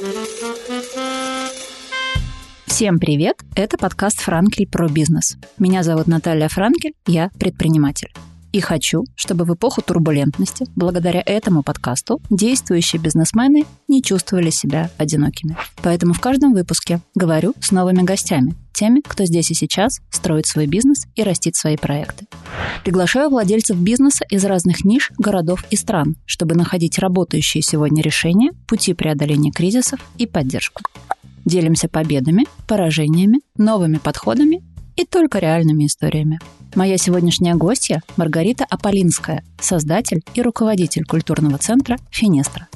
Всем привет! Это подкаст «Франкель про бизнес». Меня зовут Наталья Франкель, я предприниматель. И хочу, чтобы в эпоху турбулентности, благодаря этому подкасту, действующие бизнесмены не чувствовали себя одинокими. Поэтому в каждом выпуске говорю с новыми гостями, теми, кто здесь и сейчас строит свой бизнес и растит свои проекты. Приглашаю владельцев бизнеса из разных ниш, городов и стран, чтобы находить работающие сегодня решения, пути преодоления кризисов и поддержку. Делимся победами, поражениями, новыми подходами и только реальными историями. Моя сегодняшняя гостья – Маргарита Аполинская, создатель и руководитель культурного центра «Финестра».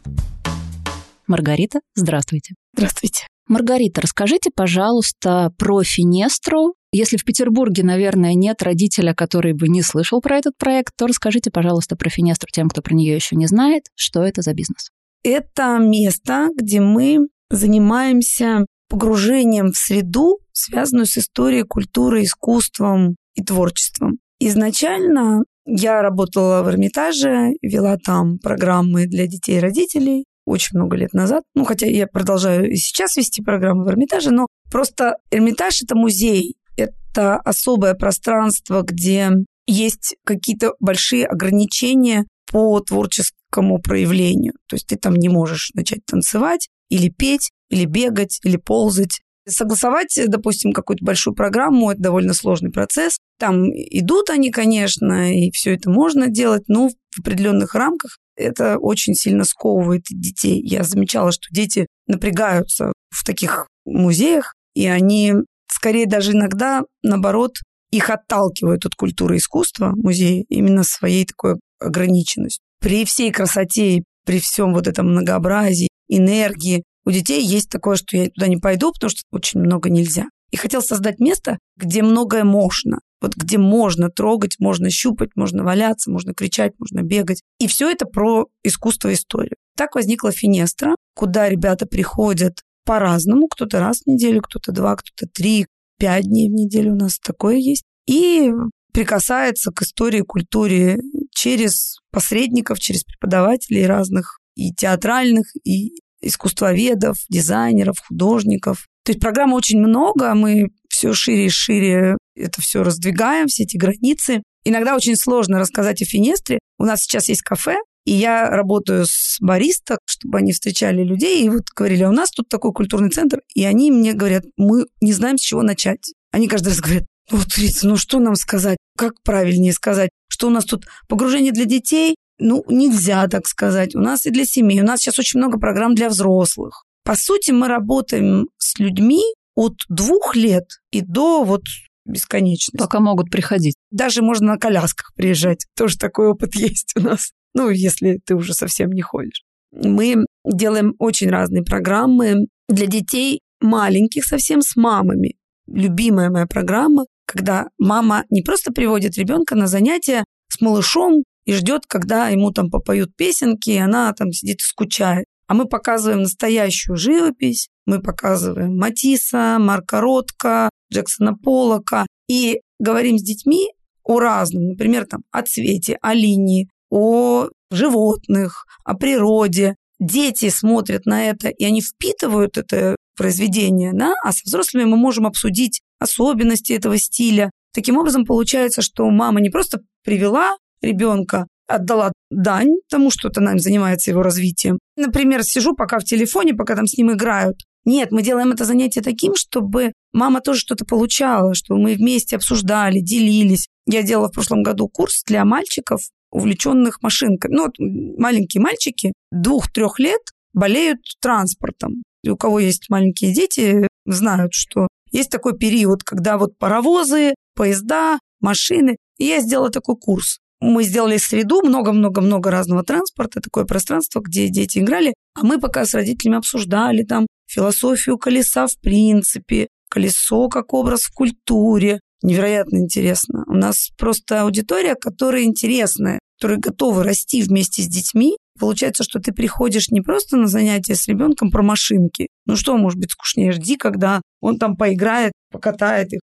Маргарита, здравствуйте. Здравствуйте. Маргарита, расскажите, пожалуйста, про «Финестру». Если в Петербурге, наверное, нет родителя, который бы не слышал про этот проект, то расскажите, пожалуйста, про «Финестру» тем, кто про нее еще не знает. Что это за бизнес? Это место, где мы занимаемся погружением в среду, связанную с историей, культурой, искусством и творчеством. Изначально я работала в Эрмитаже, вела там программы для детей и родителей очень много лет назад. Хотя я продолжаю и сейчас вести программы в Эрмитаже, но просто Эрмитаж – это музей, это особое пространство, где есть какие-то большие ограничения по творческому проявлению. То есть ты там не можешь начать танцевать или петь, или бегать, или ползать. Согласовать, допустим, какую-то большую программу – это довольно сложный процесс. Там идут они, конечно, и все это можно делать, но в определенных рамках это очень сильно сковывает детей. Я замечала, что дети напрягаются в таких музеях, и они скорее даже иногда, наоборот, их отталкивают от культуры и искусства музея именно своей такой ограниченностью. При всей красоте, при всем вот этом многообразии, энергии, у детей есть такое, что я туда не пойду, потому что очень много нельзя. И хотел создать место, где многое можно. Вот где можно трогать, можно щупать, можно валяться, можно кричать, можно бегать. И все это про искусство и историю. Так возникла Финестра, куда ребята приходят по-разному. Кто-то раз в неделю, кто-то 2, кто-то 3, 5 дней в неделю у нас такое есть. И прикасается к истории, культуре через посредников, через преподавателей разных и театральных, и искусствоведов, дизайнеров, художников. То есть программ очень много, мы все шире и шире это все раздвигаем, все эти границы. Иногда очень сложно рассказать о Финестре. У нас сейчас есть кафе, и я работаю с бариста, чтобы они встречали людей, и вот говорили, у нас тут такой культурный центр, и они мне говорят, мы не знаем, с чего начать. Они каждый раз говорят, Рица, что нам сказать, как правильнее сказать, что у нас тут погружение для детей, нельзя так сказать. У нас и для семей. У нас сейчас очень много программ для взрослых. По сути, мы работаем с людьми от 2 лет и до бесконечности. Пока могут приходить. Даже можно на колясках приезжать. Тоже такой опыт есть у нас. Если ты уже совсем не ходишь. Мы делаем очень разные программы для детей маленьких совсем с мамами. Любимая моя программа, когда мама не просто приводит ребенка на занятия с малышом, и ждет, когда ему там попоют песенки, и она там сидит и скучает. А мы показываем настоящую живопись, мы показываем Матисса, Марка Ротко, Джексона Поллока, и говорим с детьми о разном, например, о цвете, о линии, о животных, о природе. Дети смотрят на это, и они впитывают это произведение, а со взрослыми мы можем обсудить особенности этого стиля. Таким образом, получается, что мама не просто привела ребенка, отдала дань тому, что она занимается его развитием. Например, сижу пока в телефоне, пока там с ним играют. Нет, мы делаем это занятие таким, чтобы мама тоже что-то получала, чтобы мы вместе обсуждали, делились. Я делала в прошлом году курс для мальчиков, увлеченных машинками. Маленькие мальчики 2-3 лет болеют транспортом. И у кого есть маленькие дети, знают, что есть такой период, когда паровозы, поезда, машины. И я сделала такой курс. Мы сделали среду, много-много-много разного транспорта, такое пространство, где дети играли, а мы пока с родителями обсуждали философию колеса в принципе, колесо как образ в культуре. Невероятно интересно. У нас просто аудитория, которая интересная, которые готовы расти вместе с детьми. Получается, что ты приходишь не просто на занятия с ребенком про машинки. Что может быть скучнее? Жди, когда он там поиграет, покатает их.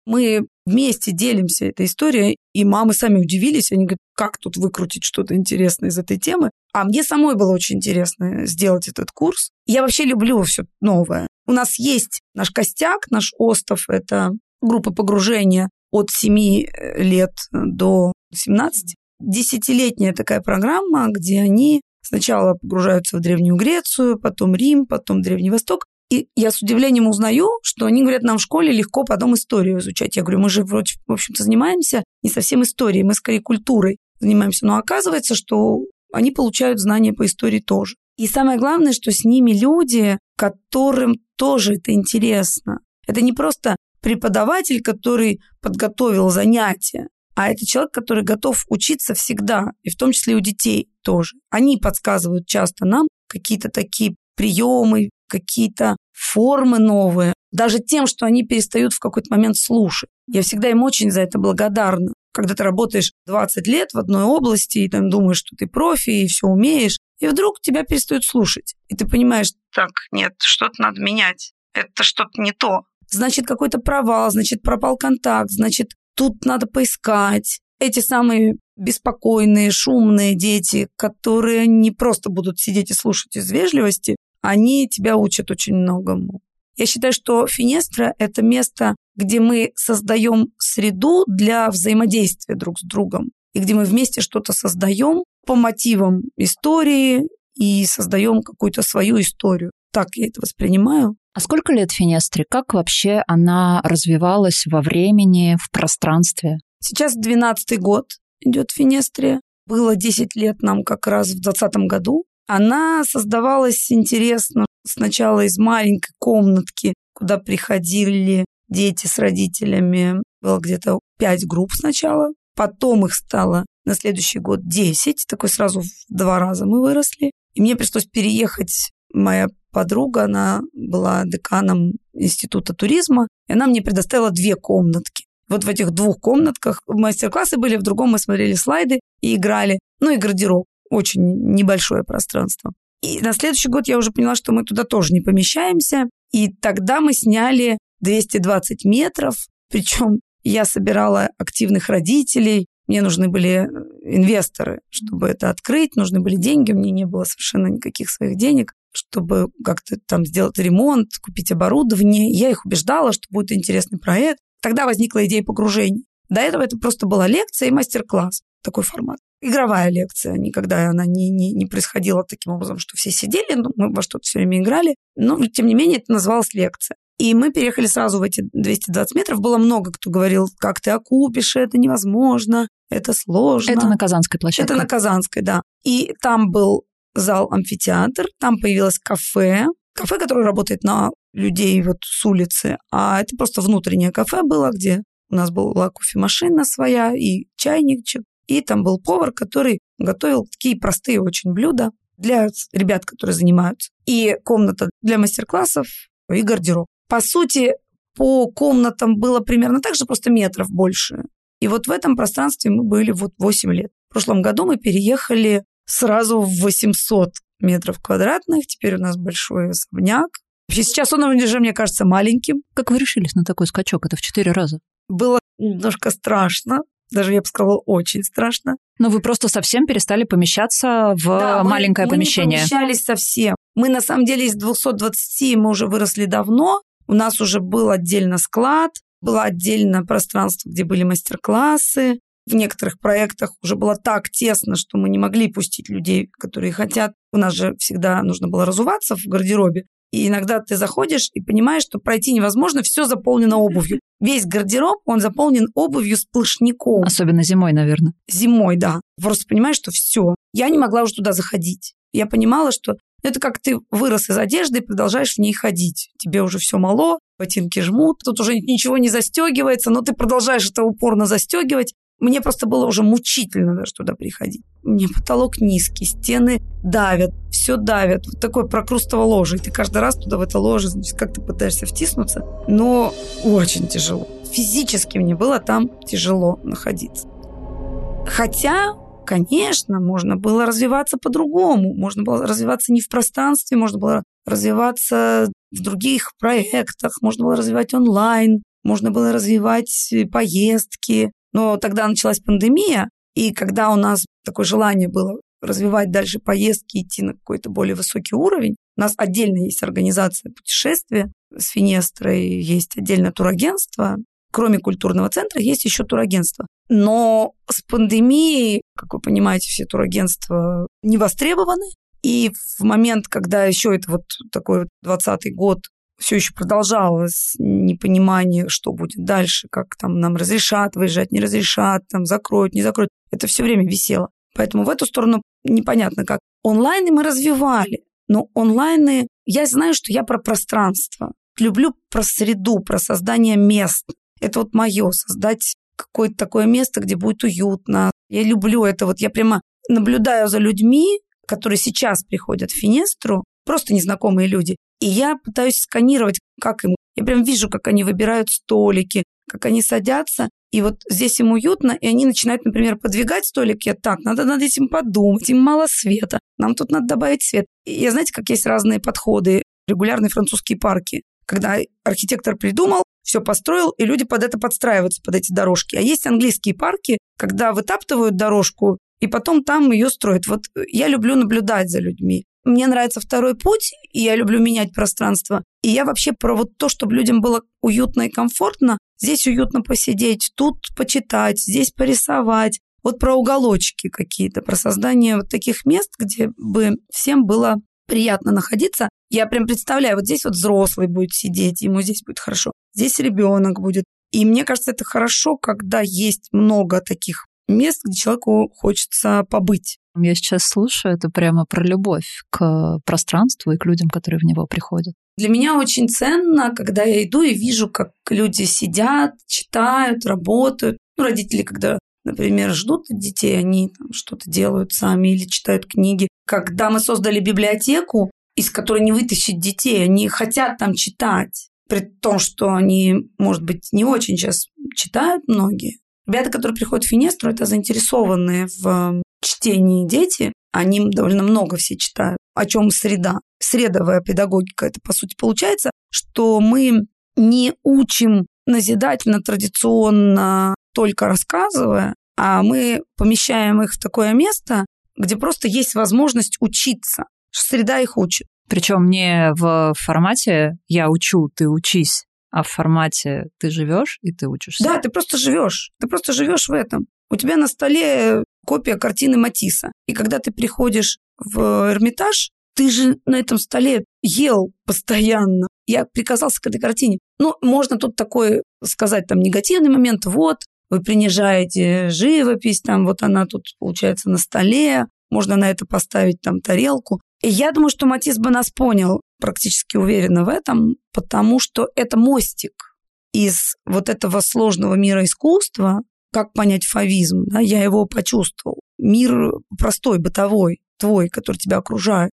Мы вместе делимся этой историей, и мамы сами удивились, они говорят, как тут выкрутить что-то интересное из этой темы. А мне самой было очень интересно сделать этот курс. Я вообще люблю все новое. У нас есть наш костяк, наш остов, это группа погружения от 7 лет до 17. 10-летняя такая программа, где они сначала погружаются в Древнюю Грецию, потом Рим, потом Древний Восток. И я с удивлением узнаю, что они говорят, нам в школе легко потом историю изучать. Я говорю, мы же, в общем-то, занимаемся не совсем историей, мы скорее культурой занимаемся. Но оказывается, что они получают знания по истории тоже. И самое главное, что с ними люди, которым тоже это интересно. Это не просто преподаватель, который подготовил занятия, а это человек, который готов учиться всегда, и в том числе и у детей тоже. Они подсказывают часто нам какие-то такие приемы, какие-то формы новые, даже тем, что они перестают в какой-то момент слушать. Я всегда им очень за это благодарна. Когда ты работаешь 20 лет в одной области и там думаешь, что ты профи и все умеешь, и вдруг тебя перестают слушать. И ты понимаешь, так, нет, что-то надо менять, это что-то не то. Значит, какой-то провал, значит, пропал контакт, значит, тут надо поискать. Эти самые беспокойные, шумные дети, которые не просто будут сидеть и слушать из вежливости, они тебя учат очень многому. Я считаю, что Финестра – это место, где мы создаем среду для взаимодействия друг с другом, и где мы вместе что-то создаем по мотивам истории и создаем какую-то свою историю. Так я это воспринимаю. А сколько лет Финестре? Как вообще она развивалась во времени, в пространстве? Сейчас 12-й год идет Финестре. Было 10 лет нам как раз в 2020 году. Она создавалась интересно сначала из маленькой комнатки, куда приходили дети с родителями. Было где-то 5 групп сначала. Потом их стало на следующий год 10. Такой сразу в 2 раза мы выросли. И мне пришлось переехать. Моя подруга, она была деканом Института туризма, и она мне предоставила 2 комнатки. Вот в этих 2 комнатках мастер-классы были, в другом мы смотрели слайды и играли. Ну и гардероб. Очень небольшое пространство. И на следующий год я уже поняла, что мы туда тоже не помещаемся. И тогда мы сняли 220 метров. Причем я собирала активных родителей. Мне нужны были инвесторы, чтобы это открыть. Нужны были деньги. У меня не было совершенно никаких своих денег, чтобы как-то там сделать ремонт, купить оборудование. Я их убеждала, что будет интересный проект. Тогда возникла идея погружений. До этого это просто была лекция и мастер-класс. Такой формат. Игровая лекция. Никогда она не происходила таким образом, что все сидели, мы во что-то все время играли. Но, тем не менее, это называлось лекция. И мы переехали сразу в эти 220 метров. Было много кто говорил, как ты окупишь, это невозможно, это сложно. Это на Казанской площадке? Это на Казанской, да. И там был зал-амфитеатр, там появилось кафе, которое работает на людей вот с улицы, а это просто внутреннее кафе было, где у нас была кофемашина своя и чайничек, и там был повар, который готовил такие простые очень блюда для ребят, которые занимаются. И комната для мастер-классов, и гардероб. По сути, по комнатам было примерно так же, просто метров больше. И вот в этом пространстве мы были вот 8 лет. В прошлом году мы переехали сразу в 800 метров квадратных. Теперь у нас большой особняк. Вообще сейчас он уже, мне кажется, маленьким. Как вы решились на такой скачок? Это в 4 раза. Было немножко страшно. Даже, я бы сказала, очень страшно. Но вы просто совсем перестали помещаться в маленькое помещение. Мы не помещались совсем. Мы, на самом деле, из 220 мы уже выросли давно. У нас уже был отдельно склад, было отдельно пространство, где были мастер-классы. В некоторых проектах уже было так тесно, что мы не могли пустить людей, которые хотят. У нас же всегда нужно было разуваться в гардеробе. И иногда ты заходишь и понимаешь, что пройти невозможно, все заполнено обувью. Весь гардероб, он заполнен обувью сплошняком. Особенно зимой, наверное. Зимой, да. Просто понимаешь, что все. Я не могла уже туда заходить. Я понимала, что это как ты вырос из одежды и продолжаешь в ней ходить. Тебе уже все мало, ботинки жмут, тут уже ничего не застегивается, но ты продолжаешь это упорно застегивать. Мне просто было уже мучительно даже туда приходить. Мне потолок низкий, стены давят, все давят. Вот такое прокрустово ложе. И ты каждый раз туда в это ложе, значит, как ты пытаешься втиснуться. Но очень тяжело. Физически мне было там тяжело находиться. Хотя, конечно, можно было развиваться по-другому. Можно было развиваться не в пространстве, можно было развиваться в других проектах, можно было развивать онлайн. можно было развивать поездки. Но тогда началась пандемия, и когда у нас такое желание было развивать дальше поездки, идти на какой-то более высокий уровень, у нас отдельно есть организация путешествия с Финестрой, есть отдельное турагентство. Кроме культурного центра есть еще турагентство. Но с пандемией, как вы понимаете, все турагентства не востребованы. И в момент, когда еще это вот такой вот 2020 год, все еще продолжалось непонимание, что будет дальше, как там нам разрешат выезжать, не разрешат, там закроют, не закроют. Это все время висело. Поэтому в эту сторону непонятно как. Онлайны мы развивали, но онлайны... Я знаю, что я про пространство. Люблю про среду, про создание мест. Это вот мое, создать какое-то такое место, где будет уютно. Я люблю это. Вот я прямо наблюдаю за людьми, которые сейчас приходят в Финестру, просто незнакомые люди, и я пытаюсь сканировать, как им. Я прям вижу, как они выбирают столики, как они садятся, и вот здесь им уютно, и они начинают, например, подвигать столики. Так, надо над этим подумать, им мало света, нам тут надо добавить свет. И я, знаете, как есть разные подходы, регулярные французские парки, когда архитектор придумал, все построил, и люди под это подстраиваются, под эти дорожки. А есть английские парки, когда вытаптывают дорожку, и потом там ее строят. Вот я люблю наблюдать за людьми. Мне нравится второй путь, и я люблю менять пространство. И я вообще про вот то, чтобы людям было уютно и комфортно. Здесь уютно посидеть, тут почитать, здесь порисовать. Вот про уголочки какие-то, про создание вот таких мест, где бы всем было приятно находиться. Я прям представляю, вот здесь вот взрослый будет сидеть, ему здесь будет хорошо. Здесь ребенок будет. И мне кажется, это хорошо, когда есть много таких мест, где человеку хочется побыть. Я сейчас слушаю, это прямо про любовь к пространству и к людям, которые в него приходят. Для меня очень ценно, когда я иду и вижу, как люди сидят, читают, работают. Родители, когда, например, ждут детей, они там что-то делают сами или читают книги. Когда мы создали библиотеку, из которой не вытащить детей, они хотят там читать, при том, что они, может быть, не очень сейчас читают многие. Ребята, которые приходят в Финестру, это заинтересованные в чтении дети. Они довольно много все читают. О чем среда? Средовая педагогика. Это, по сути, получается, что мы не учим назидательно, традиционно, только рассказывая, а мы помещаем их в такое место, где просто есть возможность учиться. Среда их учит. Причем не в формате «я учу, ты учись», а в формате «ты живешь и ты учишься». Да, ты просто живешь. Ты просто живешь в этом. У тебя на столе копия картины Матисса. И когда ты приходишь в Эрмитаж, ты же на этом столе ел постоянно. Я прикасался к этой картине. Ну, можно тут такой сказать, там, негативный момент. Вот, вы принижаете живопись, там, вот она тут, получается, на столе. Можно на это поставить, там, тарелку. И я думаю, что Матисс бы нас понял, практически уверена в этом, потому что это мостик из вот этого сложного мира искусства. Как понять фавизм? Да? Я его почувствовал. Мир простой, бытовой, твой, который тебя окружает.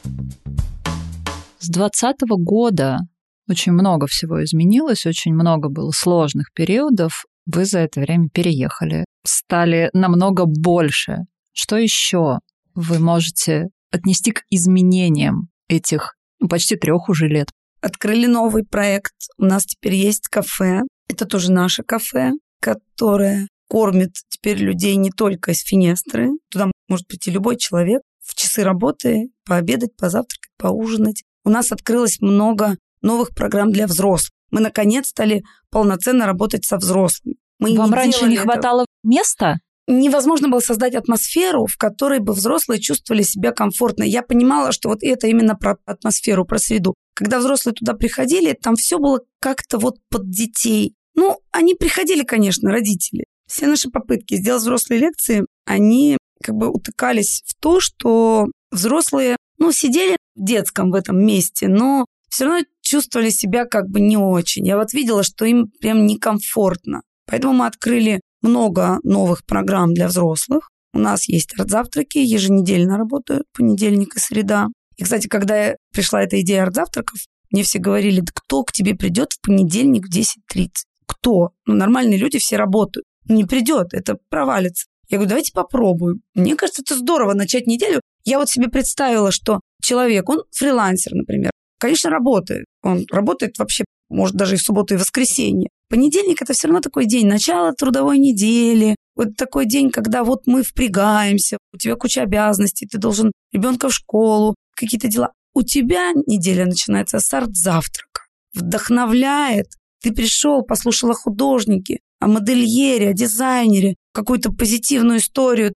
С 2020 года очень много всего изменилось, очень много было сложных периодов. Вы за это время переехали, стали намного больше. Что еще вы можете отнести к изменениям этих почти 3 уже лет? Открыли новый проект. У нас теперь есть кафе. Это тоже наше кафе, которое кормит теперь людей не только из Финестры. Туда может прийти любой человек в часы работы, пообедать, позавтракать, поужинать. У нас открылось много новых программ для взрослых. Мы, наконец, стали полноценно работать со взрослыми. Вам раньше не хватало места? Невозможно было создать атмосферу, в которой бы взрослые чувствовали себя комфортно. Я понимала, что вот это именно про атмосферу, про среду. Когда взрослые туда приходили, там все было как-то вот под детей. Ну, они приходили, конечно, родители. Все наши попытки сделать взрослые лекции, они как бы утыкались в то, что взрослые, сидели в детском в этом месте, но все равно чувствовали себя как бы не очень. Я вот видела, что им прям некомфортно. Поэтому мы открыли много новых программ для взрослых. У нас есть арт-завтраки, еженедельно работают, понедельник и среда. И, кстати, когда пришла эта идея арт-завтраков, мне все говорили, да кто к тебе придет в понедельник в 10:30? Кто? Нормальные люди все работают. Не придет, это провалится. Я говорю, давайте попробуем. Мне кажется, это здорово начать неделю. Я вот себе представила, что человек, он фрилансер, например, конечно, работает. Он работает вообще, может, даже и в субботу, и в воскресенье. Понедельник – это все равно такой день, начало трудовой недели, вот такой день, когда вот мы впрягаемся, у тебя куча обязанностей, ты должен ребенка в школу, какие-то дела. У тебя неделя начинается с арт-завтрака, вдохновляет. Ты пришел, послушал о художнике, о модельере, о дизайнере, какую-то позитивную историю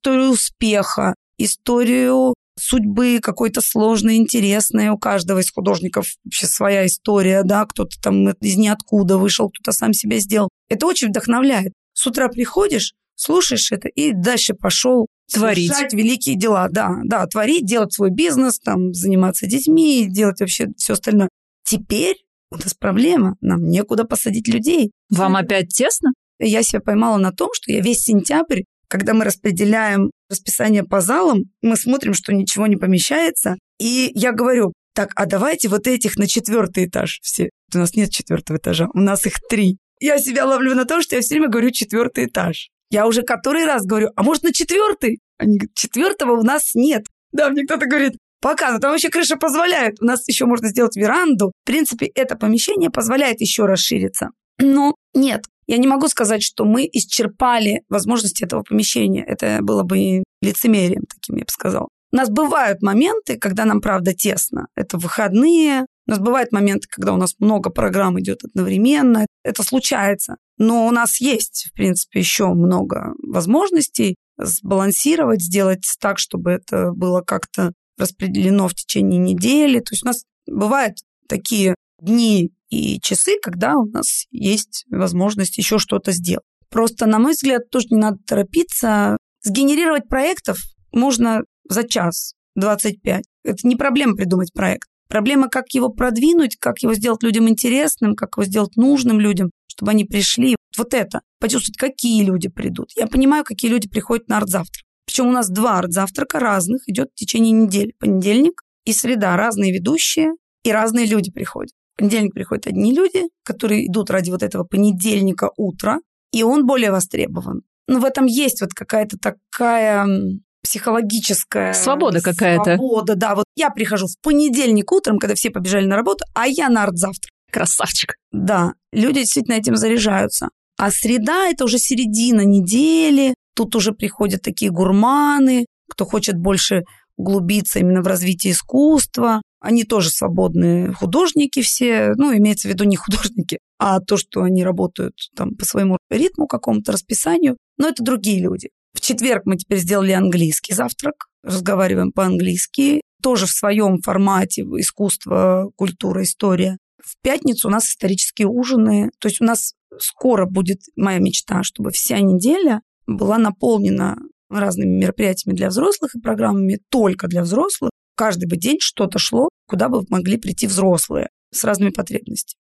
успеха, историю судьбы какой-то сложной, интересной. У каждого из художников вообще своя история, да, кто-то там из ниоткуда вышел, кто-то сам себя сделал. Это очень вдохновляет. С утра приходишь, слушаешь это и дальше пошел совершать великие дела. Да, творить, делать свой бизнес, там, заниматься детьми, делать вообще все остальное. Теперь у нас проблема, нам некуда посадить людей. Вам опять тесно? Я себя поймала на том, что я весь сентябрь, когда мы распределяем расписание по залам, мы смотрим, что ничего не помещается. И я говорю, так, а давайте вот этих на 4-й этаж все. У нас нет 4-го этажа, у нас их 3. Я себя ловлю на том, что я все время говорю 4-й этаж. Я уже который раз говорю, а может на 4-й? Они говорят, 4-го у нас нет. Да, мне кто-то говорит, пока, но там вообще крыша позволяет. У нас еще можно сделать веранду. В принципе, это помещение позволяет еще расшириться. Но нет, я не могу сказать, что мы исчерпали возможности этого помещения. Это было бы лицемерием таким, я бы сказала. У нас бывают моменты, когда нам, правда, тесно. Это выходные. У нас бывают моменты, когда у нас много программ идет одновременно. Это случается. Но у нас есть, в принципе, еще много возможностей сбалансировать, сделать так, чтобы это было как-то распределено в течение недели. То есть у нас бывают такие дни и часы, когда у нас есть возможность еще что-то сделать. Просто, на мой взгляд, тоже не надо торопиться. Сгенерировать проектов можно за час 25. Это не проблема придумать проект. Проблема, как его продвинуть, как его сделать людям интересным, как его сделать нужным людям, чтобы они пришли. Вот это. Почувствовать, какие люди придут. Я понимаю, какие люди приходят на арт-завтрак. Причем у нас 2 арт-завтрака разных идет в течение недели. Понедельник и среда. Разные ведущие и разные люди приходят. В понедельник приходят одни люди, которые идут ради вот этого понедельника утра, и он более востребован. Но в этом есть вот какая-то такая психологическая... Свобода какая-то. Свобода, да. Вот я прихожу в понедельник утром, когда все побежали на работу, а я на арт-завтрак. Красавчик. Да, люди действительно этим заряжаются. А среда – это уже середина недели. Тут уже приходят такие гурманы, кто хочет больше углубиться именно в развитие искусства. Они тоже свободные художники все. Ну, имеется в виду не художники, а то, что они работают там по своему ритму, какому-то расписанию. Но это другие люди. В четверг мы теперь сделали английский завтрак. Разговариваем по-английски. Тоже в своем формате искусство, культура, история. В пятницу у нас исторические ужины. То есть у нас скоро будет моя мечта, чтобы вся неделя была наполнена разными мероприятиями для взрослых и программами только для взрослых. Каждый бы день что-то шло, куда бы могли прийти взрослые с разными потребностями.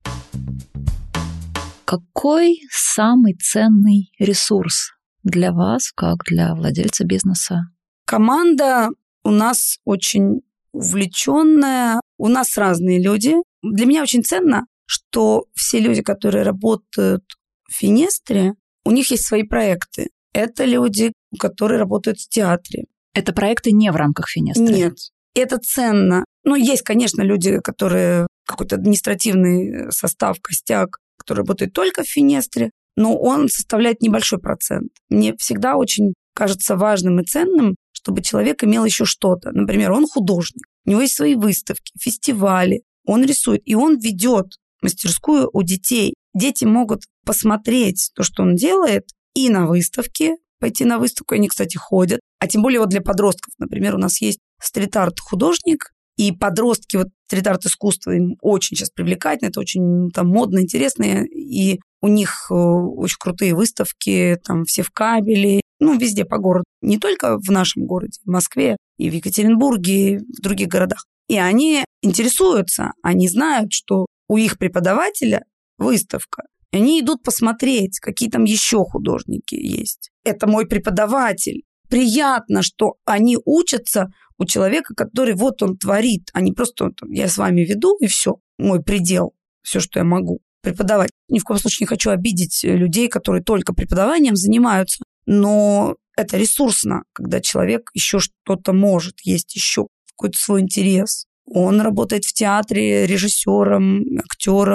Какой самый ценный ресурс для вас, как для владельца бизнеса? Команда у нас очень увлеченная, у нас разные люди. Для меня очень ценно, что все люди, которые работают в Финестре, у них есть свои проекты. Это люди, которые работают в театре. Это проекты не в рамках Финестра? Нет. Это ценно. Ну, есть, конечно, люди, которые какой-то административный состав, костяк, который работает только в Финестре, но он составляет небольшой процент. Мне всегда очень кажется важным и ценным, чтобы человек имел еще что-то. Например, он художник, у него есть свои выставки, фестивали, он рисует, и он ведет мастерскую у детей. Дети могут посмотреть то, что он делает, и на выставке, пойти на выставку, они, кстати, ходят. А тем более вот для подростков, например, у нас есть стрит-арт-художник, и подростки, вот стрит-арт-искусство им очень сейчас привлекательно, это очень там модно, интересно, и у них очень крутые выставки, там все в Кабеле, ну, везде по городу. Не только в нашем городе, в Москве, и в Екатеринбурге, и в других городах. И они интересуются, они знают, что у их преподавателя выставка. И они идут посмотреть, какие там еще художники есть. Это мой преподаватель. Приятно, что они учатся у человека, который вот он творит, а не просто я с вами веду, и все, мой предел, все, что я могу преподавать. Ни в коем случае не хочу обидеть людей, которые только преподаванием занимаются, но это ресурсно, когда человек еще что-то может, есть еще какой-то свой интерес. Он работает в театре режиссером, актером.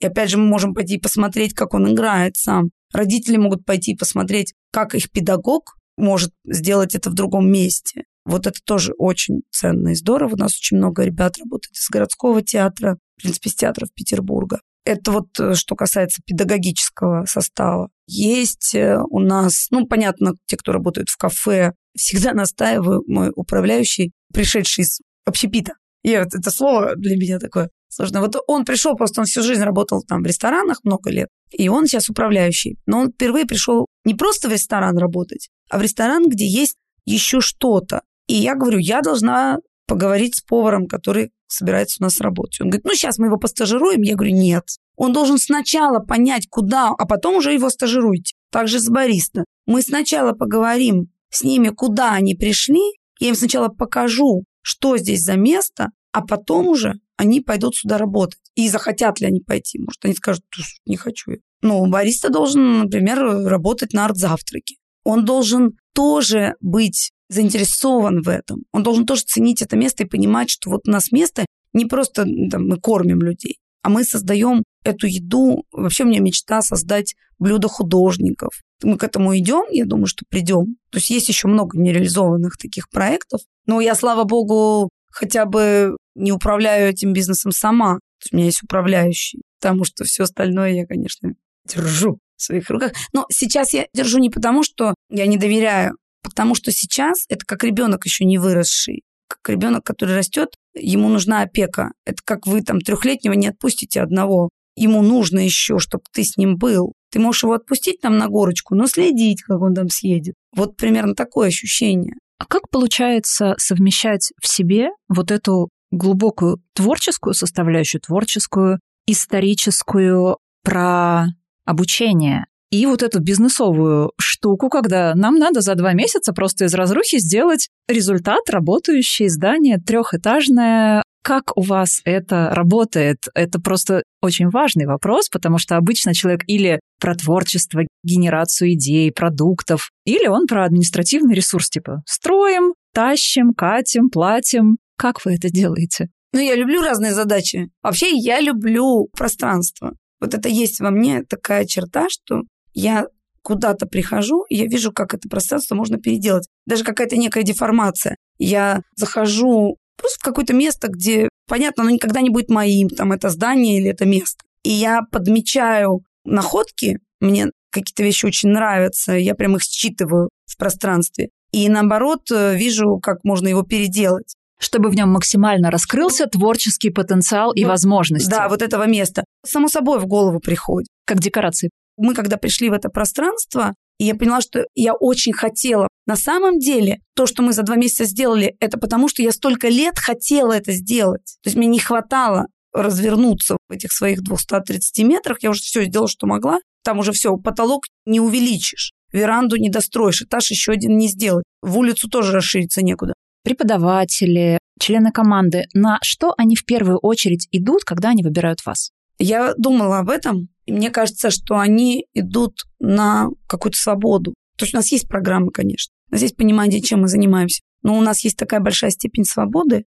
И опять же, мы можем пойти посмотреть, как он играет сам. Родители могут пойти посмотреть, как их педагог может сделать это в другом месте. Вот это тоже очень ценно и здорово. У нас очень много ребят работает из городского театра, в принципе, из театров Петербурга. Это вот что касается педагогического состава. Есть у нас, понятно, те, кто работают в кафе, всегда настаиваю, мой управляющий, пришедший из общепита. Это слово для меня такое сложное. Вот он пришел, просто он всю жизнь работал там в ресторанах много лет, и он сейчас управляющий. Но он впервые пришел не просто в ресторан работать, а в ресторан, где есть еще что-то. И я говорю, я должна поговорить с поваром, который собирается у нас работать. Он говорит, сейчас мы его постажируем. Я говорю, нет. Он должен сначала понять, куда, а потом уже его стажируйте. Так же с бариста. Мы сначала поговорим с ними, куда они пришли. Я им сначала покажу, что здесь за место, а потом уже они пойдут сюда работать. И захотят ли они пойти? Может, они скажут, не хочу. Бариста должен, например, работать на арт-завтраке. Он должен тоже быть заинтересован в этом. Он должен тоже ценить это место и понимать, что вот у нас место не просто мы кормим людей, а мы создаем эту еду. Вообще у меня мечта создать блюдо художников. Мы к этому идем, я думаю, что придем. То есть есть еще много нереализованных таких проектов. Но я, слава богу, хотя бы не управляю этим бизнесом сама. У меня есть управляющий, потому что все остальное я, конечно, держу в своих руках. Но сейчас я держу не потому, что я не доверяю, потому что сейчас это как ребенок еще не выросший, как ребенок, который растет, ему нужна опека. Это как вы там 3-летнего не отпустите одного. Ему нужно еще, чтобы ты с ним был. Ты можешь его отпустить там на горочку, но следить, как он там съедет. Вот примерно такое ощущение. А как получается совмещать в себе вот эту глубокую творческую составляющую, творческую, историческую, про обучение, и вот эту бизнесовую штуку, когда нам надо за 2 месяца просто из разрухи сделать результат, работающее здание, 3-этажное. Как у вас это работает? Это просто очень важный вопрос, потому что обычно человек или про творчество, генерацию идей, продуктов, или он про административный ресурс, типа строим, тащим, катим, платим. Как вы это делаете? Я люблю разные задачи. Вообще я люблю пространство. Вот это есть во мне такая черта, что я куда-то прихожу, и я вижу, как это пространство можно переделать. Даже какая-то некая деформация. Я захожу просто в какое-то место, где, понятно, оно никогда не будет моим, там, это здание или это место. И я подмечаю находки, мне какие-то вещи очень нравятся, я прям их считываю в пространстве. И наоборот, вижу, как можно его переделать. Чтобы в нем максимально раскрылся творческий потенциал и возможности. Да, вот этого места. Само собой в голову приходит. Как декорации. Мы когда пришли в это пространство, и я поняла, что я очень хотела. На самом деле, то, что мы за 2 месяца сделали, это потому, что я столько лет хотела это сделать. То есть мне не хватало развернуться в этих своих 230 метрах. Я уже все сделала, что могла. Там уже все, потолок не увеличишь, веранду не достроишь, этаж еще один не сделать. В улицу тоже расшириться некуда. Преподаватели, члены команды, на что они в первую очередь идут, когда они выбирают вас? Я думала об этом, и мне кажется, что они идут на какую-то свободу. То есть у нас есть программы, конечно, у нас есть понимание, чем мы занимаемся, но у нас есть такая большая степень свободы,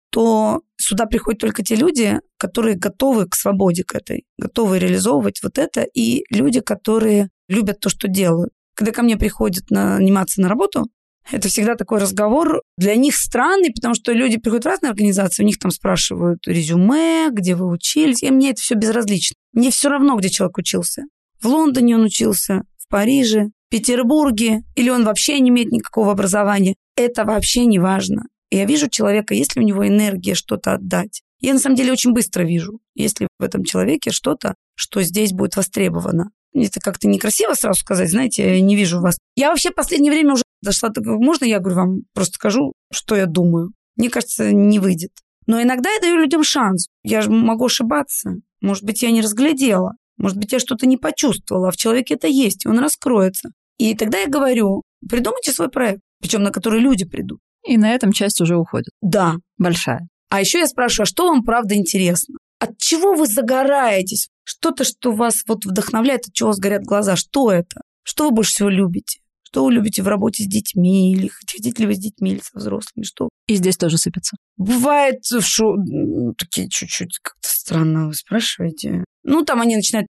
что сюда приходят только те люди, которые готовы к свободе к этой, готовы реализовывать вот это, и люди, которые любят то, что делают. Когда ко мне приходят наниматься на работу, это всегда такой разговор для них странный, потому что люди приходят в разные организации, у них там спрашивают резюме, где вы учились, и мне это все безразлично. Мне все равно, где человек учился. В Лондоне он учился, в Париже, в Петербурге, или он вообще не имеет никакого образования. Это вообще не важно. Я вижу человека, есть ли у него энергия что-то отдать. Я на самом деле очень быстро вижу, есть ли в этом человеке что-то, что здесь будет востребовано. Это как-то некрасиво сразу сказать, знаете, я не вижу вас. Я вообще в последнее время уже дошла до того, можно я, говорю, вам просто скажу, что я думаю. Мне кажется, не выйдет. Но иногда я даю людям шанс. Я же могу ошибаться. Может быть, я не разглядела. Может быть, я что-то не почувствовала. А в человеке это есть, и он раскроется. И тогда я говорю, придумайте свой проект, причем на который люди придут. И на этом часть уже уходит. Да. Большая. А еще я спрашиваю, а что вам правда интересно? От чего вы загораетесь? Что-то, что вас вот вдохновляет, от чего у вас горят глаза. Что это? Что вы больше всего любите? Что вы любите в работе с детьми? Или хотите ли вы с детьми или со взрослыми? Что? И здесь тоже сыпется. Бывает, что такие чуть-чуть как-то странно вы спрашиваете. Там они начинают,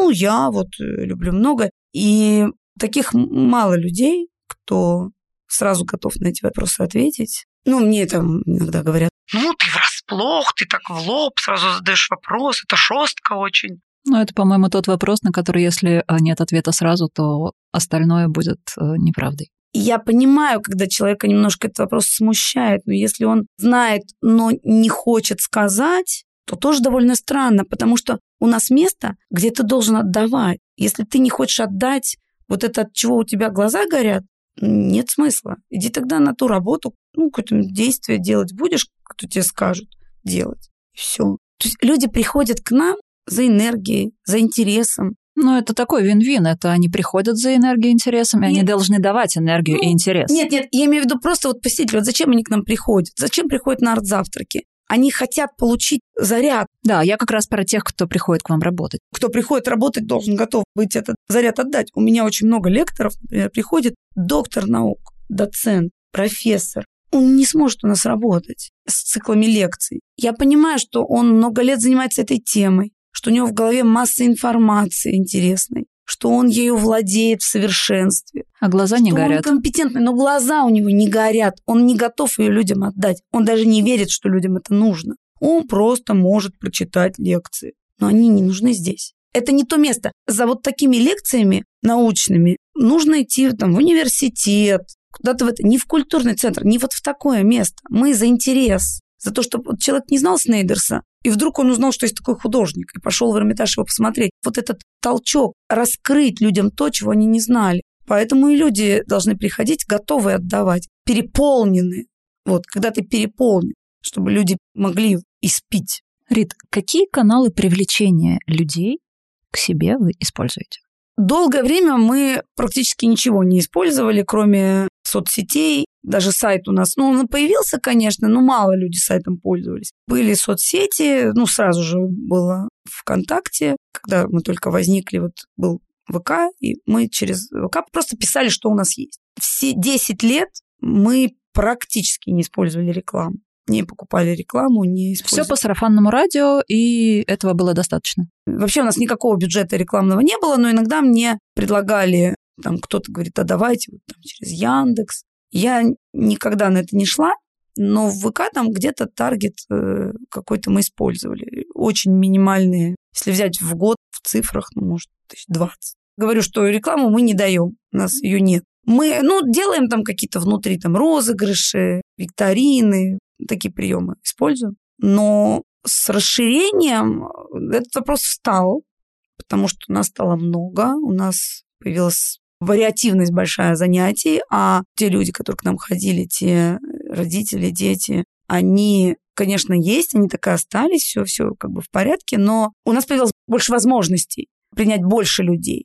я вот люблю много. И таких мало людей, кто сразу готов на эти вопросы ответить. Мне там иногда говорят, ты врасплох, ты так в лоб сразу задаешь вопрос, это жестко очень. Это, по-моему, тот вопрос, на который, если нет ответа сразу, то остальное будет неправдой. Я понимаю, когда человека немножко этот вопрос смущает, но если он знает, но не хочет сказать, то тоже довольно странно, потому что у нас место, где ты должен отдавать. Если ты не хочешь отдать вот это, от чего у тебя глаза горят, нет смысла. Иди тогда на ту работу, какое-то действие делать будешь, кто тебе скажут делать. И все. То есть люди приходят к нам за энергией, за интересом. Это такой вин-вин. Это они приходят за энергией и интересом, и они должны давать энергию и интерес. Нет, я имею в виду просто посетители. Зачем они к нам приходят? Зачем приходят на арт-завтраки? Они хотят получить заряд. Да, я как раз про тех, кто приходит к вам работать. Кто приходит работать, должен готов быть этот заряд отдать. У меня очень много лекторов, например, приходит доктор наук, доцент, профессор. Он не сможет у нас работать с циклами лекций. Я понимаю, что он много лет занимается этой темой, что у него в голове масса информации интересной, что он ею владеет в совершенстве. А глаза не горят. Он компетентный, но глаза у него не горят. Он не готов ее людям отдать. Он даже не верит, что людям это нужно. Он просто может прочитать лекции. Но они не нужны здесь. Это не то место. За вот такими лекциями научными нужно идти в университет, куда-то не в культурный центр, не вот в такое место. Мы за интерес. За то, чтобы человек не знал Снейдерса, и вдруг он узнал, что есть такой художник, и пошел в Эрмитаж его посмотреть. Вот этот толчок, раскрыть людям то, чего они не знали. Поэтому и люди должны приходить, готовые отдавать, переполненные. Когда ты переполнен, чтобы люди могли испить. Рит, какие каналы привлечения людей к себе вы используете? Долгое время мы практически ничего не использовали, кроме соцсетей. Даже сайт у нас, он появился, конечно, но мало людей сайтом пользовались. Были соцсети, сразу же было ВКонтакте, когда мы только возникли, был ВК, и мы через ВК просто писали, что у нас есть. Все 10 лет мы практически не использовали рекламу. Не покупали рекламу, не использовали. Все по сарафанному радио, и этого было достаточно. Вообще у нас никакого бюджета рекламного не было, но иногда мне предлагали, кто-то говорит, давайте через Яндекс. Я никогда на это не шла, но в ВК где-то таргет какой-то мы использовали. Очень минимальные. Если взять в год в цифрах, может, 20. Говорю, что рекламу мы не даем, у нас ее нет. Мы, делаем какие-то внутри розыгрыши, викторины, такие приемы используем. Но с расширением этот вопрос встал, потому что у нас стало много, у нас появилась вариативность большая занятий, а те люди, которые к нам ходили, те родители, дети, они, конечно, есть, они так и остались, все в порядке, но у нас появилось больше возможностей принять больше людей.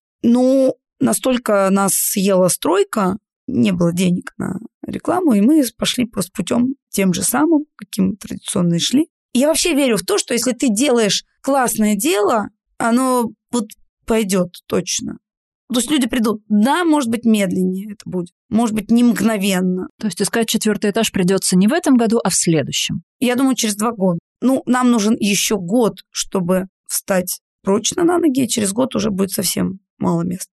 Настолько нас съела стройка, не было денег на рекламу, и мы пошли просто путем тем же самым, каким традиционно и шли. И я вообще верю в то, что если ты делаешь классное дело, оно пойдет точно. То есть люди придут. Да, может быть, медленнее это будет. Может быть, не мгновенно. То есть искать 4-й этаж придется не в этом году, а в следующем. Я думаю, через 2 года. Нам нужен еще год, чтобы встать прочно на ноги, и через год уже будет совсем мало мест.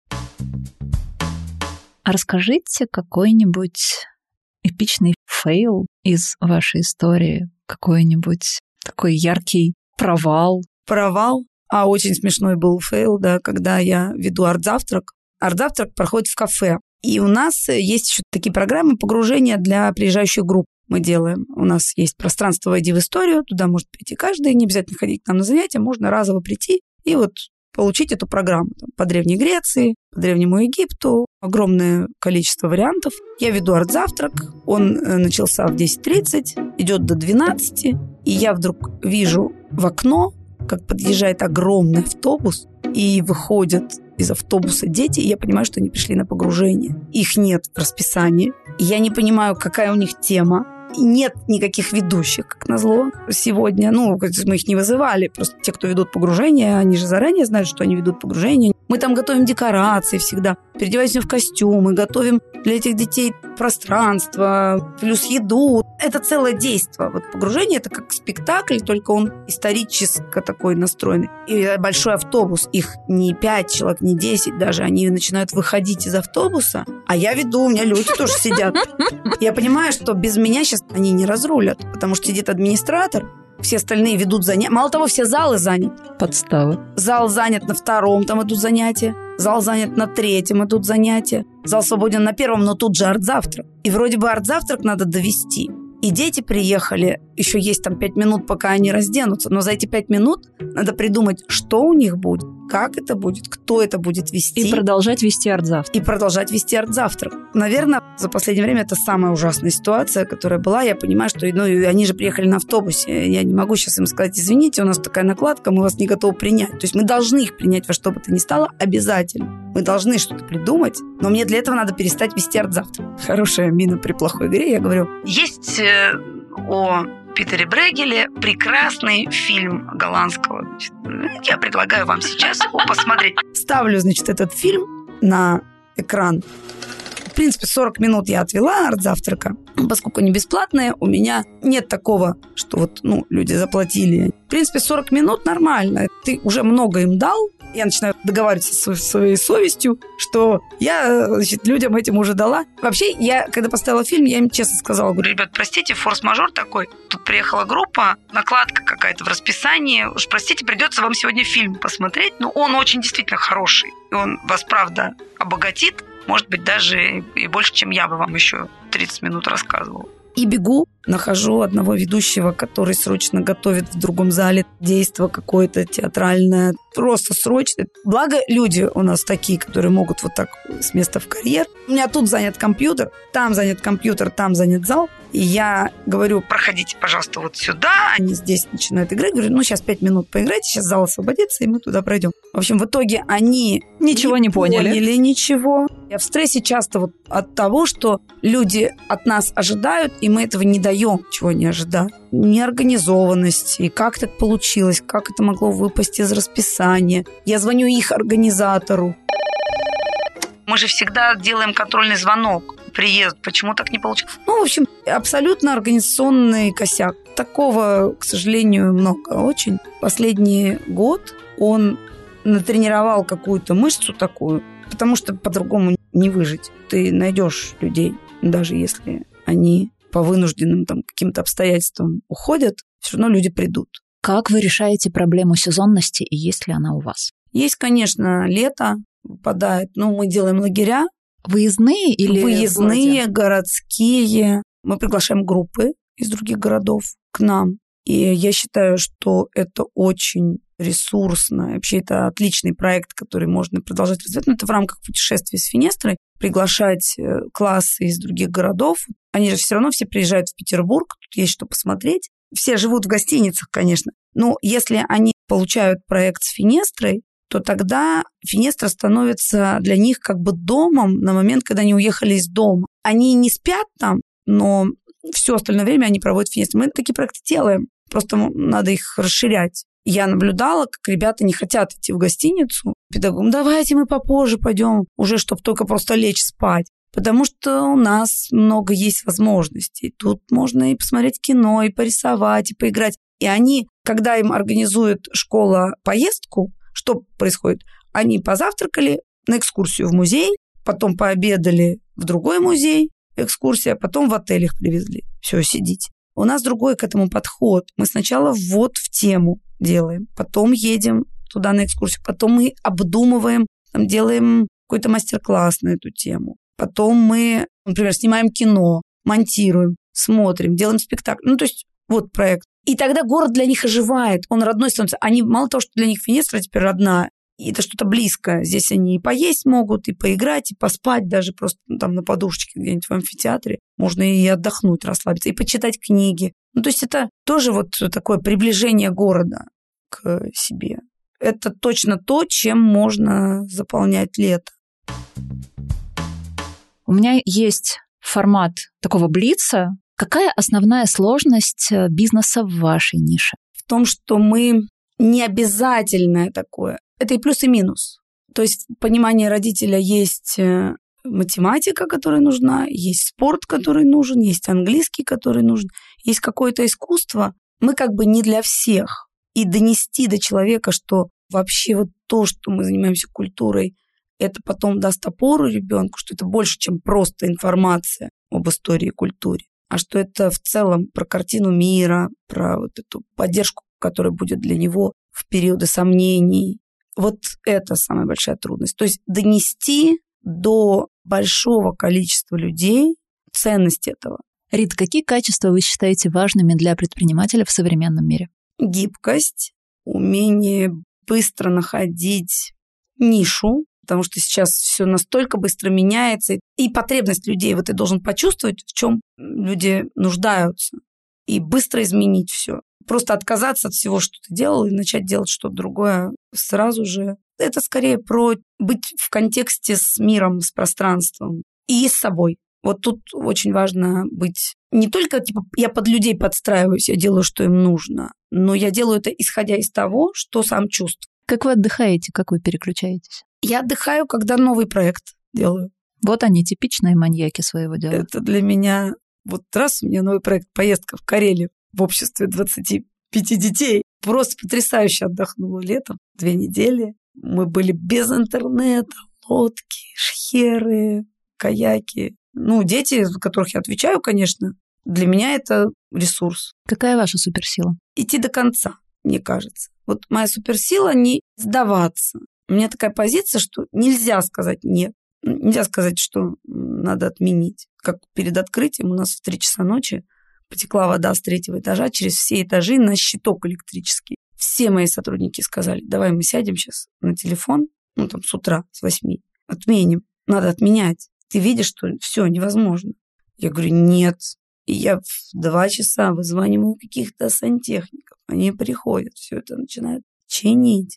А расскажите какой-нибудь эпичный фейл из вашей истории, какой-нибудь такой яркий провал. Провал? Очень смешной был фейл, когда я веду арт-завтрак. Арт-завтрак проходит в кафе. И у нас есть еще такие программы погружения для приезжающих групп. Мы делаем. У нас есть пространство «Войди в историю». Туда может прийти каждый. Не обязательно ходить к нам на занятия. Можно разово прийти и получить эту программу. По Древней Греции, по Древнему Египту. Огромное количество вариантов. Я веду арт-завтрак. Он начался в 10:30, идет до 12. И я вдруг вижу в окно, как подъезжает огромный автобус, и выходят из автобуса дети, и я понимаю, что они пришли на погружение. Их нет в расписании. Я не понимаю, какая у них тема. Нет никаких ведущих, как назло, сегодня. Мы их не вызывали. Просто те, кто ведут погружение, они же заранее знают, что они ведут погружение. Мы там готовим декорации всегда, переодеваемся в костюмы, готовим для этих детей пространство, плюс еду. Это целое действие. Вот погружение – это как спектакль, только он исторически такой настроенный. И большой автобус, их не 5 человек, не 10 даже, они начинают выходить из автобуса, а я веду, у меня люди тоже сидят. Я понимаю, что без меня сейчас они не разрулят, потому что сидит администратор, все остальные ведут занятия. Мало того, все залы заняты. Подстава. Зал занят на 2-м, там идут занятия. Зал занят на 3-м, идут занятия. Зал свободен на 1-м, но тут же арт-завтрак. И вроде бы арт-завтрак надо довести. И дети приехали, еще есть там 5 минут, пока они разденутся. Но за эти 5 минут надо придумать, что у них будет, как это будет, кто это будет вести. И продолжать вести арт-завтрак. Наверное, за последнее время это самая ужасная ситуация, которая была. Я понимаю, что они же приехали на автобусе. Я не могу сейчас им сказать: извините, у нас такая накладка, мы вас не готовы принять. То есть мы должны их принять во что бы то ни стало обязательно. Мы должны что-то придумать, но мне для этого надо перестать вести арт-завтрак. Хорошая мина при плохой игре. Я говорю, есть о Питере Брейгеле прекрасный фильм голландского. Значит, я предлагаю вам сейчас его посмотреть. Ставлю, значит, этот фильм на экран. В принципе, 40 минут я отвела арт-завтрака. Поскольку они бесплатные, у меня нет такого, что вот, люди заплатили. В принципе, 40 минут нормально. Ты уже много им дал. Я начинаю договариваться со своей совестью, что я, значит, людям этим уже дала. Вообще, я, когда поставила фильм, я им честно сказала, говорю: ребят, простите, форс-мажор такой. Тут приехала группа, накладка какая-то в расписании. Уж простите, придется вам сегодня фильм посмотреть. Но он очень действительно хороший. И он вас, правда, обогатит. Может быть, даже и больше, чем я бы вам еще 30 минут рассказывала. И бегу, нахожу одного ведущего, который срочно готовит в другом зале действо какое-то театральное. Просто срочно. Благо, люди у нас такие, которые могут вот так с места в карьер. У меня тут занят компьютер, там занят зал. И я говорю: проходите, пожалуйста, вот сюда. Они здесь начинают играть. Говорю: сейчас 5 минут поиграйте, сейчас зал освободится, и мы туда пройдем. В общем, в итоге они ничего не поняли. Ничего. Я в стрессе часто вот от того, что люди от нас ожидают, и мы этого не даем, чего не ожидаем. Неорганизованности, как так получилось, как это могло выпасть из расписания. Я звоню их организатору. Мы же всегда делаем контрольный звонок. Приезд. Почему так не получилось? В общем, абсолютно организационный косяк. Такого, к сожалению, много очень. Последний год он натренировал какую-то мышцу такую, потому что по-другому не выжить. Ты найдешь людей, даже если они по вынужденным каким-то обстоятельствам уходят, все равно люди придут. Как вы решаете проблему сезонности, и есть ли она у вас? Есть, конечно, лето выпадает. Мы делаем лагеря. Выездные или выездные, городские. Мы приглашаем группы из других городов к нам. И я считаю, что это очень ресурсно. Вообще, это отличный проект, который можно продолжать развивать. Это в рамках путешествий с Финестрой. Приглашать классы из других городов. Они же все равно все приезжают в Петербург. Тут есть что посмотреть. Все живут в гостиницах, конечно. Но если они получают проект с Финестрой, то тогда Финестра становится для них как бы домом на момент, когда они уехали из дома. Они не спят там, но все остальное время они проводят в Финестре. Мы такие проекты делаем, просто надо их расширять. Я наблюдала, как ребята не хотят идти в гостиницу. Педагогам: давайте мы попозже пойдем, уже чтобы только просто лечь спать. Потому что у нас много есть возможностей. Тут можно и посмотреть кино, и порисовать, и поиграть. И они, когда им организует школа поездку, что происходит? Они позавтракали, на экскурсию в музей, потом пообедали в другой музей, экскурсия, потом в отель их привезли. Все, сидите. У нас другой к этому подход. Мы сначала ввод в тему делаем, потом едем туда на экскурсию, потом мы обдумываем, делаем какой-то мастер-класс на эту тему. Потом мы, например, снимаем кино, монтируем, смотрим, делаем спектакль. То есть вот проект. И тогда город для них оживает, он родной становится. Они, мало того, что для них Финестра теперь родная, и это что-то близкое. Здесь они и поесть могут, и поиграть, и поспать даже просто на подушечке где-нибудь в амфитеатре. Можно и отдохнуть, расслабиться, и почитать книги. То есть это тоже вот такое приближение города к себе. Это точно то, чем можно заполнять лето. У меня есть формат такого блица. Какая основная сложность бизнеса в вашей нише? В том, что мы не обязательное такое. Это и плюс, и минус. То есть в понимании родителя есть математика, которая нужна, есть спорт, который нужен, есть английский, который нужен, есть какое-то искусство. Мы как бы не для всех. И донести до человека, что вообще вот то, что мы занимаемся культурой, это потом даст опору ребенку, что это больше, чем просто информация об истории и культуре, а что это в целом про картину мира, про вот эту поддержку, которая будет для него в периоды сомнений. Вот это самая большая трудность. То есть донести до большого количества людей ценность этого. Рита, какие качества вы считаете важными для предпринимателя в современном мире? Гибкость, умение быстро находить нишу, потому что сейчас все настолько быстро меняется, и потребность людей, вот ты должен почувствовать, в чем люди нуждаются, и быстро изменить все. Просто отказаться от всего, что ты делал, и начать делать что-то другое сразу же. Это скорее про быть в контексте с миром, с пространством и с собой. Вот тут очень важно быть не только, типа, я под людей подстраиваюсь, я делаю, что им нужно, но я делаю это, исходя из того, что сам чувствую. Как вы отдыхаете, как вы переключаетесь? Я отдыхаю, когда новый проект делаю. Вот они, типичные маньяки своего дела. Это для меня... Вот раз у меня новый проект «Поездка в Карелию» в обществе 25 детей. Просто потрясающе отдохнула летом, 2 недели. Мы были без интернета, лодки, шхеры, каяки. Ну, дети, за которых я отвечаю, конечно, для меня это ресурс. Какая ваша суперсила? Идти до конца, мне кажется. Вот моя суперсила — не сдаваться. У меня такая позиция, что нельзя сказать «нет». Нельзя сказать, что надо отменить. Как перед открытием у нас в 3 часа ночи потекла вода с 3-го этажа через все этажи на щиток электрический. Все мои сотрудники сказали: давай мы сядем сейчас на телефон, ну там с утра, с 8, отменим. Надо отменять. Ты видишь, что все невозможно. Я говорю: нет. И я в 2 часа вызваниваю каких-то сантехников. Они приходят, все это начинают чинить.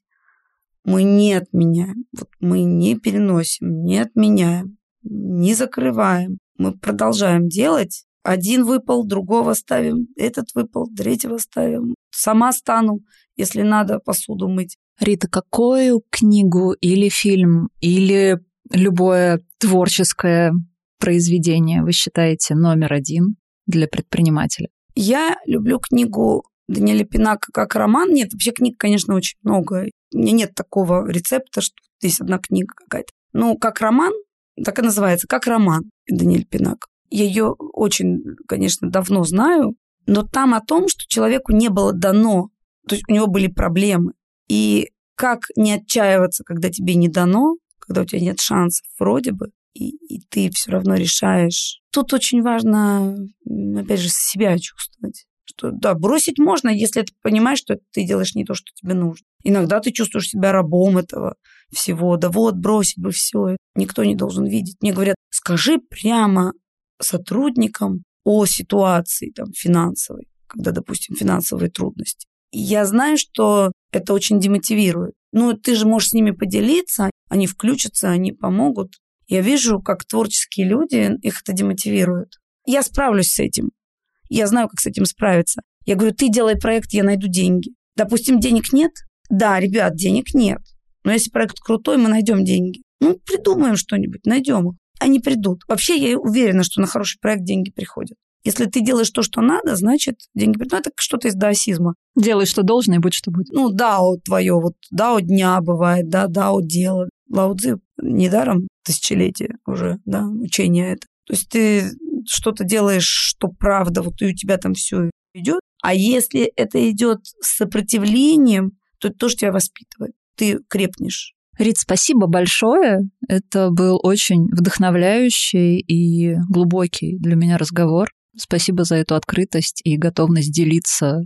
Мы не отменяем. Вот мы не переносим, не отменяем, не закрываем. Мы продолжаем делать. Один выпал, другого ставим, этот выпал, 3-го ставим. Сама стану, если надо, посуду мыть. Рита, какую книгу или фильм, или любое творческое произведение вы считаете номер 1 для предпринимателя? Я люблю книгу Даниэля Пинака как роман. Нет, вообще книг, конечно, очень много. У меня нет такого рецепта, что здесь одна книга какая-то. Но как роман, так и называется, как роман Даниэль Пинак. Я ее очень, конечно, давно знаю, но там о том, что человеку не было дано, то есть у него были проблемы. И как не отчаиваться, когда тебе не дано, когда у тебя нет шансов вроде бы, и ты все равно решаешь. Тут очень важно, опять же, себя чувствовать. Что, да, бросить можно, если ты понимаешь, что ты делаешь не то, что тебе нужно. Иногда ты чувствуешь себя рабом этого всего. Да вот, бросить бы все. Никто не должен видеть. Мне говорят: скажи прямо сотрудникам о ситуации там, финансовой, когда, допустим, финансовые трудности. И я знаю, что это очень демотивирует. Но ты же можешь с ними поделиться, они включатся, они помогут. Я вижу, как творческие люди, их это демотивирует. Я справлюсь с этим. Я знаю, как с этим справиться. Я говорю: ты делай проект, я найду деньги. Допустим, денег нет? Да, ребят, денег нет. Но если проект крутой, мы найдем деньги. Ну, придумаем что-нибудь, найдем их. Они придут. Вообще, я уверена, что на хороший проект деньги приходят. Если ты делаешь то, что надо, значит, деньги придут. Ну, это что-то из даосизма. Делай, что должно, и будь, что будет. Ну, дао твое, вот дао дня бывает, да, дао дела. Лао Цзи недаром тысячелетие уже, да, учение это. То есть ты что-то делаешь, что правда, вот и у тебя там все идет. А если это идет с сопротивлением, то это тоже тебя воспитывает. Ты крепнешь. Рит, спасибо большое. Это был очень вдохновляющий и глубокий для меня разговор. Спасибо за эту открытость и готовность делиться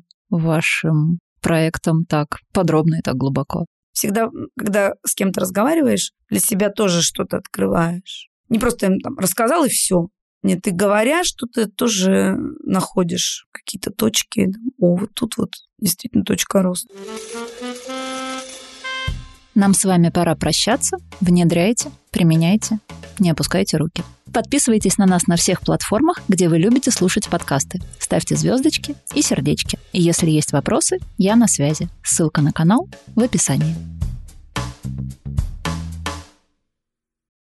вашим проектом так подробно и так глубоко. Всегда, когда с кем-то разговариваешь, для себя тоже что-то открываешь. Не просто им там рассказал и все. Нет, ты говоря, что ты тоже находишь какие-то точки. О, вот тут вот действительно точка роста. Нам с вами пора прощаться. Внедряйте, применяйте, не опускайте руки. Подписывайтесь на нас на всех платформах, где вы любите слушать подкасты. Ставьте звездочки и сердечки. И если есть вопросы, я на связи. Ссылка на канал в описании.